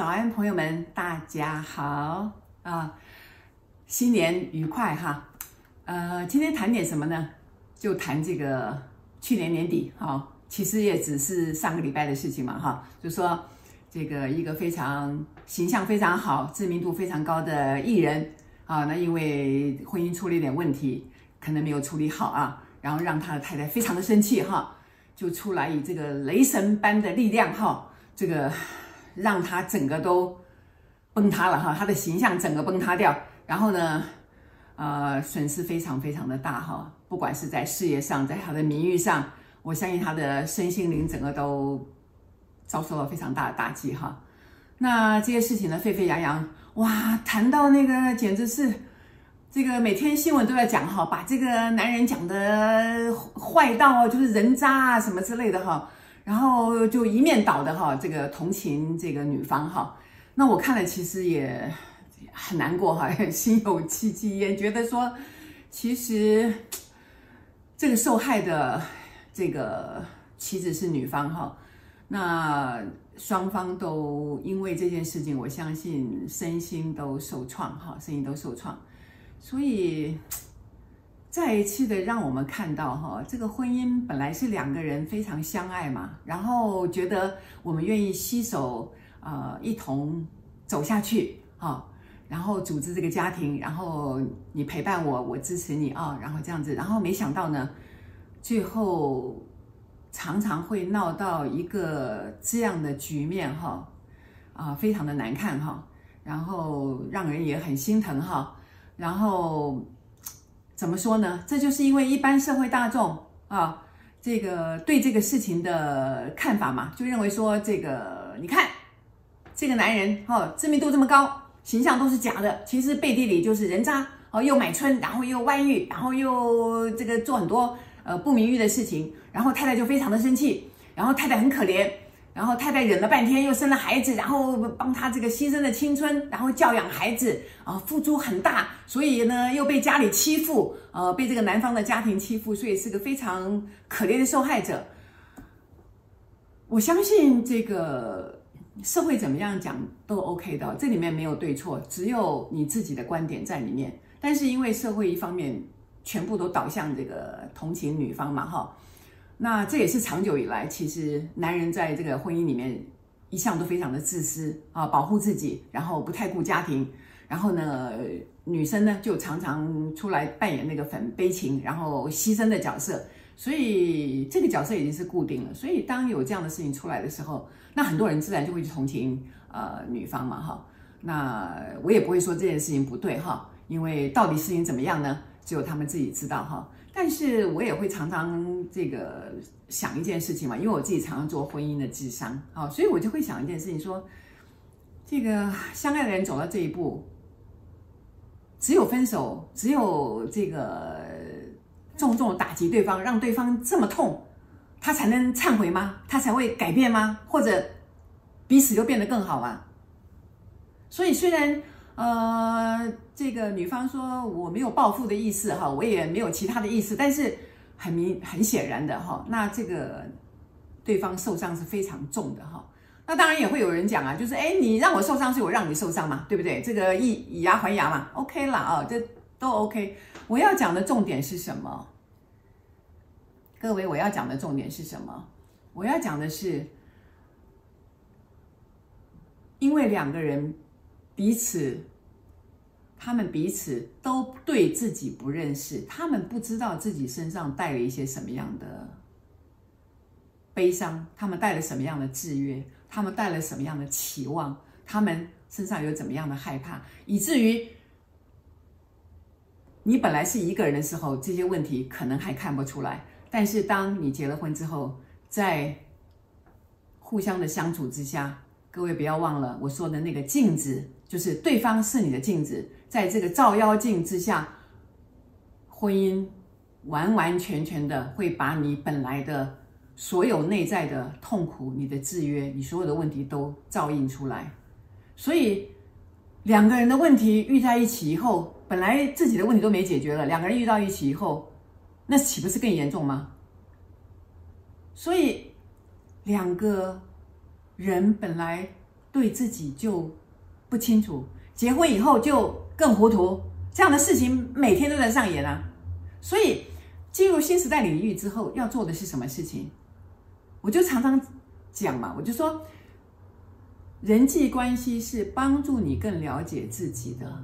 安，朋友们，大家好啊！新年愉快哈！今天谈点什么呢？就谈这个去年年底其实也只是上个礼拜的事情嘛哈。就说这个一个非常形象非常好、知名度非常高的艺人啊，那因为婚姻出了一点问题，可能没有处理好啊，然后让他的太太非常的生气哈，就出来以这个雷神般的力量这个让他整个都崩塌了哈，他的形象整个崩塌掉，然后呢，损失非常非常的大哈，不管是在事业上，在他的名誉上，我相信他的身心灵整个都遭受了非常大的打击哈。那这些事情呢，沸沸扬扬，哇，谈到那个简直是这个每天新闻都在讲哈，把这个男人讲的坏到就是人渣啊什么之类的哈。然后就一面倒的这个同情这个女方哈，那我看了其实也很难过哈，心有戚戚焉，觉得说其实这个受害的这个妻子是女方哈，那双方都因为这件事情，我相信身心都受创哈，身心都受创，所以再一次的让我们看到这个婚姻本来是两个人非常相爱嘛，然后觉得我们愿意携手一同走下去然后组织这个家庭，然后你陪伴我，我支持你然后这样子，然后没想到呢，最后常常会闹到一个这样的局面非常的难看然后让人也很心疼然后怎么说呢？这就是因为一般社会大众这个对这个事情的看法嘛，就认为说这个你看这个男人知名度这么高，形象都是假的，其实背地里就是人渣又买春，然后又外遇，然后又这个做很多不名誉的事情，然后太太就非常的生气，然后太太很可怜。然后太太忍了半天，又生了孩子，然后帮他这个牺牲了青春，然后教养孩子付出很大，所以呢又被家里欺负，被这个男方的家庭欺负，所以是个非常可怜的受害者。我相信这个社会怎么样讲都 OK 的，这里面没有对错，只有你自己的观点在里面。但是因为社会一方面全部都导向这个同情女方嘛那这也是长久以来，其实男人在这个婚姻里面一向都非常的自私保护自己，然后不太顾家庭，然后呢，女生呢就常常出来扮演那个很悲情，然后牺牲的角色，所以这个角色已经是固定了。所以当有这样的事情出来的时候，那很多人自然就会去同情女方嘛那我也不会说这件事情不对因为到底事情怎么样呢？只有他们自己知道但是我也会常常这个想一件事情嘛，因为我自己常常做婚姻的咨商所以我就会想一件事情说，这个相爱的人走到这一步，只有分手，只有这个重重的打击对方，让对方这么痛，他才能忏悔吗？他才会改变吗？或者彼此就变得更好吗？所以虽然这个女方说我没有报复的意思我也没有其他的意思，但是很显然的那这个对方受伤是非常重的那当然也会有人讲就是你让我受伤，是我让你受伤嘛，对不对？这个以牙还牙嘛 ，OK 啦这都 OK。我要讲的重点是什么？各位，我要讲的重点是什么？我要讲的是，因为两个人他们彼此都对自己不认识，他们不知道自己身上带了一些什么样的悲伤，他们带了什么样的制约，他们带了什么样的期望，他们身上有怎么样的害怕，以至于你本来是一个人的时候，这些问题可能还看不出来，但是当你结了婚之后，在互相的相处之下，各位不要忘了我说的那个镜子，就是对方是你的镜子，在这个照妖镜之下，婚姻完完全全的会把你本来的所有内在的痛苦，你的制约，你所有的问题都照映出来。所以两个人的问题遇在一起以后，本来自己的问题都没解决了，两个人遇到一起以后，那岂不是更严重吗？所以两个人本来对自己就不清楚，结婚以后就更糊涂，这样的事情每天都在上演啊。所以进入新时代领域之后，要做的是什么事情？我就常常讲嘛，我就说，人际关系是帮助你更了解自己的。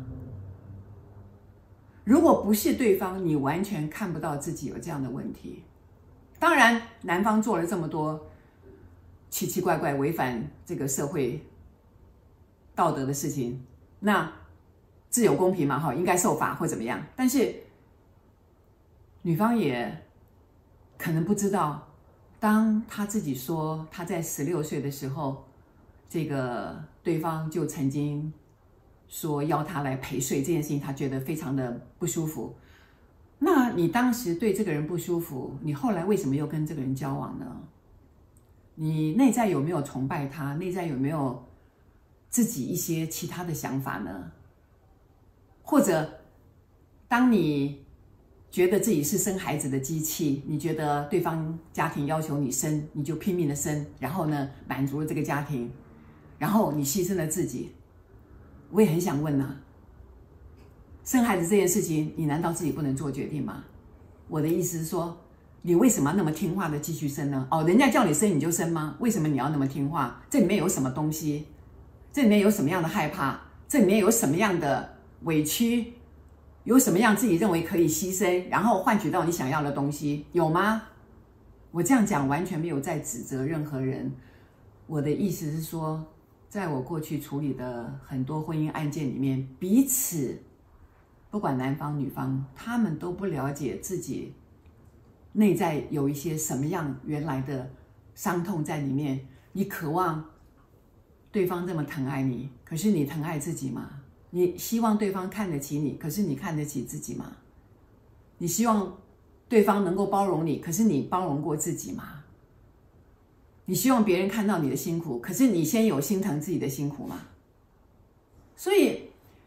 如果不是对方，你完全看不到自己有这样的问题。当然，男方做了这么多奇奇怪怪、违反这个社会道德的事情，那自有公平嘛，应该受罚或怎么样。但是女方也可能不知道，当她自己说她在16岁的时候，这个对方就曾经说要她来陪睡这件事情，她觉得非常的不舒服。那你当时对这个人不舒服，你后来为什么又跟这个人交往呢？你内在有没有崇拜他？内在有没有自己一些其他的想法呢？或者当你觉得自己是生孩子的机器，你觉得对方家庭要求你生，你就拼命的生，然后呢满足了这个家庭，然后你牺牲了自己。我也很想问啊，生孩子这件事情，你难道自己不能做决定吗？我的意思是说，你为什么要那么听话的继续生呢？人家叫你生你就生吗？为什么你要那么听话？这里面有什么东西？这里面有什么样的害怕？这里面有什么样的委屈？有什么样自己认为可以牺牲，然后换取到你想要的东西？有吗？我这样讲完全没有在指责任何人。我的意思是说，在我过去处理的很多婚姻案件里面，彼此不管男方女方，他们都不了解自己内在有一些什么样原来的伤痛在里面。你渴望对方这么疼爱你，可是你疼爱自己吗？你希望对方看得起你，可是你看得起自己吗？你希望对方能够包容你，可是你包容过自己吗？你希望别人看到你的辛苦，可是你先有心疼自己的辛苦吗？所以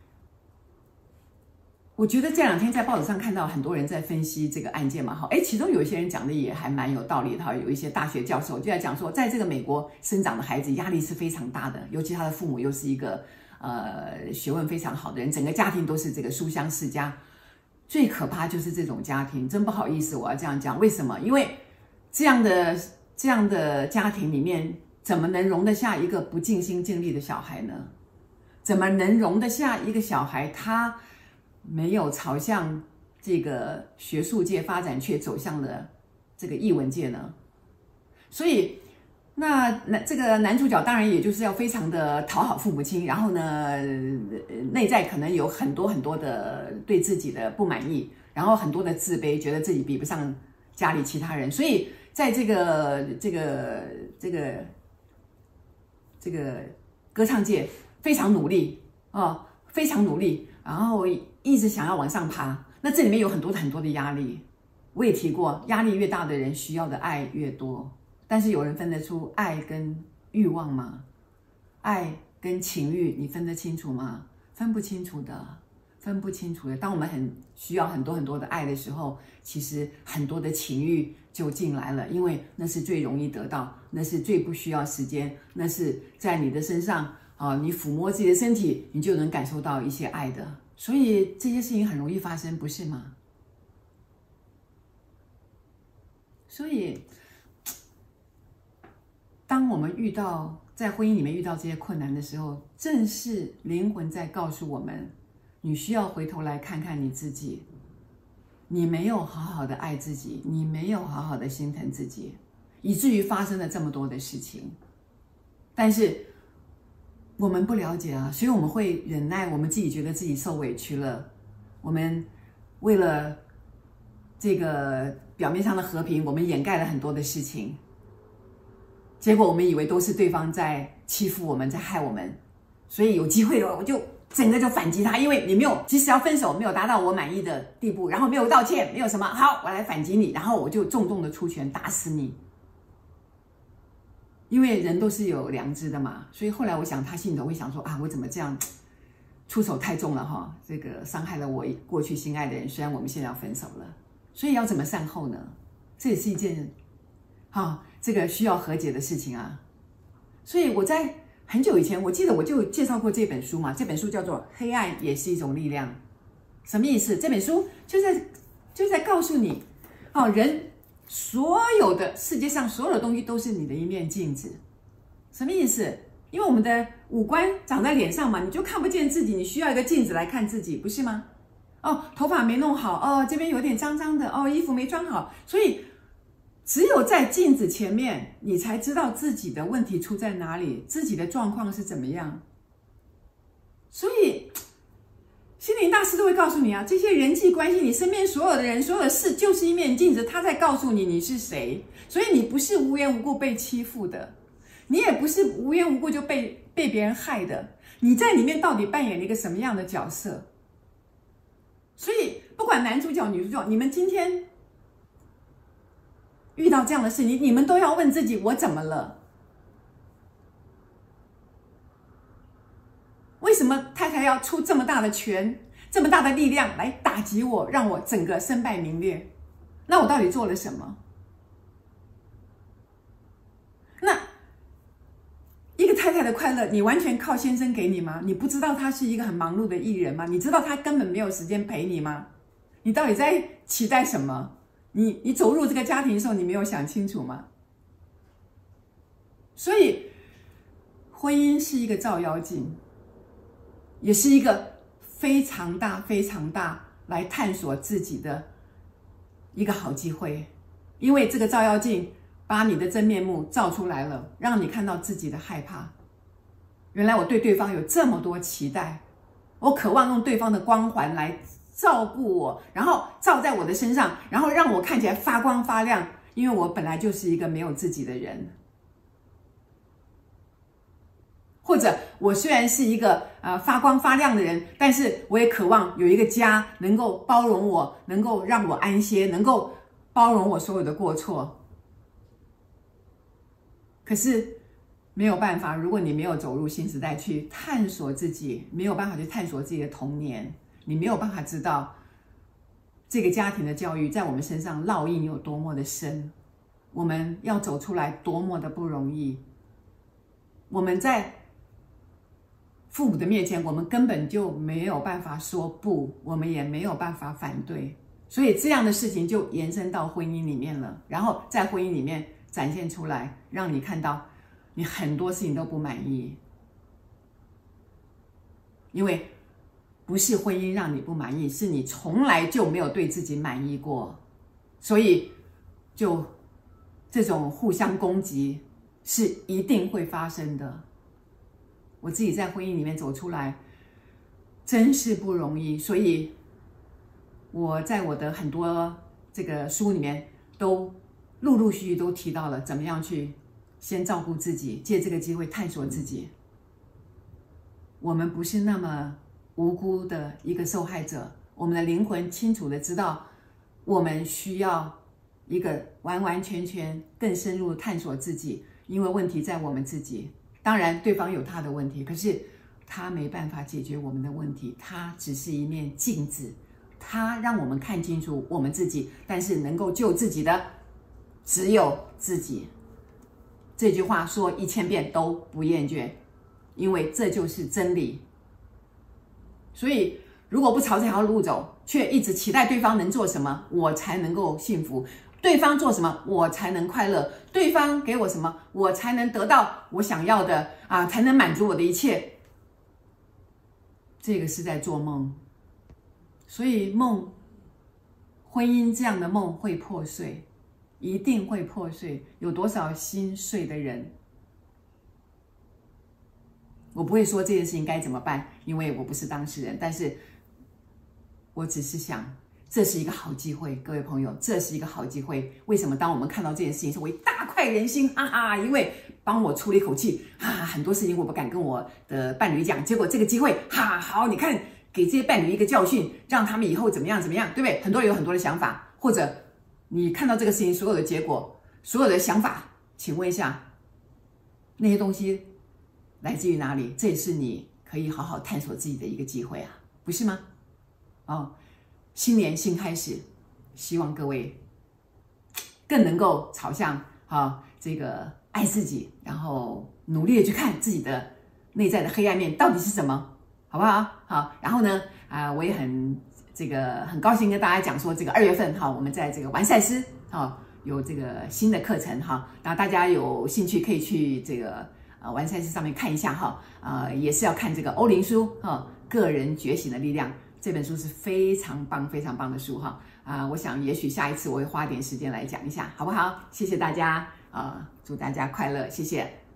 我觉得这2天在报纸上看到很多人在分析这个案件嘛，其中有一些人讲的也还蛮有道理的，有一些大学教授就在讲说，在这个美国生长的孩子压力是非常大的，尤其他的父母又是一个学问非常好的人，整个家庭都是这个书香世家。最可怕就是这种家庭，真不好意思我要这样讲，为什么？因为这样的家庭里面，怎么能容得下一个不尽心尽力的小孩呢？怎么能容得下一个小孩他没有朝向这个学术界发展，却走向了这个艺文界呢？所以那这个男主角当然也就是要非常的讨好父母亲，然后呢内在可能有很多很多的对自己的不满意，然后很多的自卑，觉得自己比不上家里其他人。所以在这个歌唱界非常努力非常努力，然后一直想要往上爬。那这里面有很多很多的压力，我也提过，压力越大的人需要的爱越多。但是有人分得出爱跟欲望吗？爱跟情欲你分得清楚吗？分不清楚的，分不清楚的。当我们很需要很多很多的爱的时候，其实很多的情欲就进来了，因为那是最容易得到，那是最不需要时间，那是在你的身上你抚摸自己的身体，你就能感受到一些爱的。所以这些事情很容易发生，不是吗？所以当我们在婚姻里面遇到这些困难的时候，正是灵魂在告诉我们，你需要回头来看看你自己，你没有好好的爱自己，你没有好好的心疼自己，以至于发生了这么多的事情。但是我们不了解啊，所以我们会忍耐，我们自己觉得自己受委屈了，我们为了这个表面上的和平，我们掩盖了很多的事情，结果我们以为都是对方在欺负我们，在害我们，所以有机会了我就整个就反击他，因为你没有，即使要分手没有达到我满意的地步，然后没有道歉，没有什么，好，我来反击你，然后我就重重的出拳打死你。因为人都是有良知的嘛，所以后来我想他心里头会想说我怎么这样出手太重了这个伤害了我过去心爱的人，虽然我们现在要分手了，所以要怎么善后呢？这也是一件这个需要和解的事情啊。所以我在很久以前，我记得我就介绍过这本书嘛，这本书叫做《黑暗也是一种力量》。什么意思？这本书就在告诉你，人所有的世界上所有的东西都是你的一面镜子。什么意思？因为我们的五官长在脸上嘛，你就看不见自己，你需要一个镜子来看自己，不是吗？头发没弄好，这边有点脏脏的，衣服没穿好，所以只有在镜子前面，你才知道自己的问题出在哪里，自己的状况是怎么样。所以心灵大师都会告诉你啊，这些人际关系，你身边所有的人、所有的事，就是一面镜子，他在告诉你你是谁。所以你不是无缘无故被欺负的，你也不是无缘无故就被别人害的。你在里面到底扮演了一个什么样的角色？所以不管男主角、女主角，你们今天遇到这样的事，你们都要问自己：我怎么了？为什么太太要出这么大的拳、这么大的力量来打击我，让我整个身败名裂？那我到底做了什么？那一个太太的快乐，你完全靠先生给你吗？你不知道他是一个很忙碌的艺人吗？你知道他根本没有时间陪你吗？你到底在期待什么？你走入这个家庭的时候，你没有想清楚吗？所以婚姻是一个照妖镜，也是一个非常大非常大来探索自己的一个好机会。因为这个照妖镜把你的真面目照出来了，让你看到自己的害怕。原来我对对方有这么多期待，我渴望用对方的光环来照顾我，然后照在我的身上，然后让我看起来发光发亮，因为我本来就是一个没有自己的人。或者我虽然是一个发光发亮的人，但是我也渴望有一个家能够包容我，能够让我安歇，能够包容我所有的过错。可是没有办法，如果你没有走入新时代去探索自己，没有办法去探索自己的童年，你没有办法知道这个家庭的教育在我们身上烙印有多么的深，我们要走出来多么的不容易。我们在父母的面前，我们根本就没有办法说不，我们也没有办法反对，所以这样的事情就延伸到婚姻里面了，然后在婚姻里面展现出来，让你看到你很多事情都不满意。因为不是婚姻让你不满意，是你从来就没有对自己满意过，所以就这种互相攻击是一定会发生的。我自己在婚姻里面走出来真是不容易，所以我在我的很多这个书里面都陆陆续续都提到了怎么样去先照顾自己，借这个机会探索自己。我们不是那么无辜的一个受害者，我们的灵魂清楚的知道我们需要一个完完全全更深入探索自己，因为问题在我们自己。当然对方有他的问题，可是他没办法解决我们的问题，他只是一面镜子，他让我们看清楚我们自己，但是能够救自己的只有自己。这句话说1000遍都不厌倦，因为这就是真理。所以如果不朝这条路走，却一直期待对方能做什么我才能够幸福，对方做什么我才能快乐，对方给我什么我才能得到我想要的才能满足我的一切，这个是在做梦。所以婚姻这样的梦会破碎，一定会破碎。有多少心碎的人？我不会说这件事情该怎么办，因为我不是当事人，但是我只是想这是一个好机会，各位朋友，这是一个好机会。为什么当我们看到这件事情时，我大快人心，因为帮我出了一口气，很多事情我不敢跟我的伴侣讲，结果这个机会，好，你看给这些伴侣一个教训，让他们以后怎么样，对不对？很多人有很多的想法，或者你看到这个事情所有的结果，所有的想法，请问一下，那些东西来自于哪里？这也是你可以好好探索自己的一个机会不是吗？新年新开始，希望各位更能够朝向这个爱自己，然后努力的去看自己的内在的黑暗面到底是什么，好不好？好，然后呢，我也很高兴跟大家讲说，这个2月份哈，我们在这个完赛师有这个新的课程哈，然后大家有兴趣可以去这个完赛师上面看一下哈，也是要看这个欧林书个人觉醒的力量这本书是非常棒的书哈，我想也许下一次我会花点时间来讲一下，好不好？谢谢大家祝大家快乐，谢谢。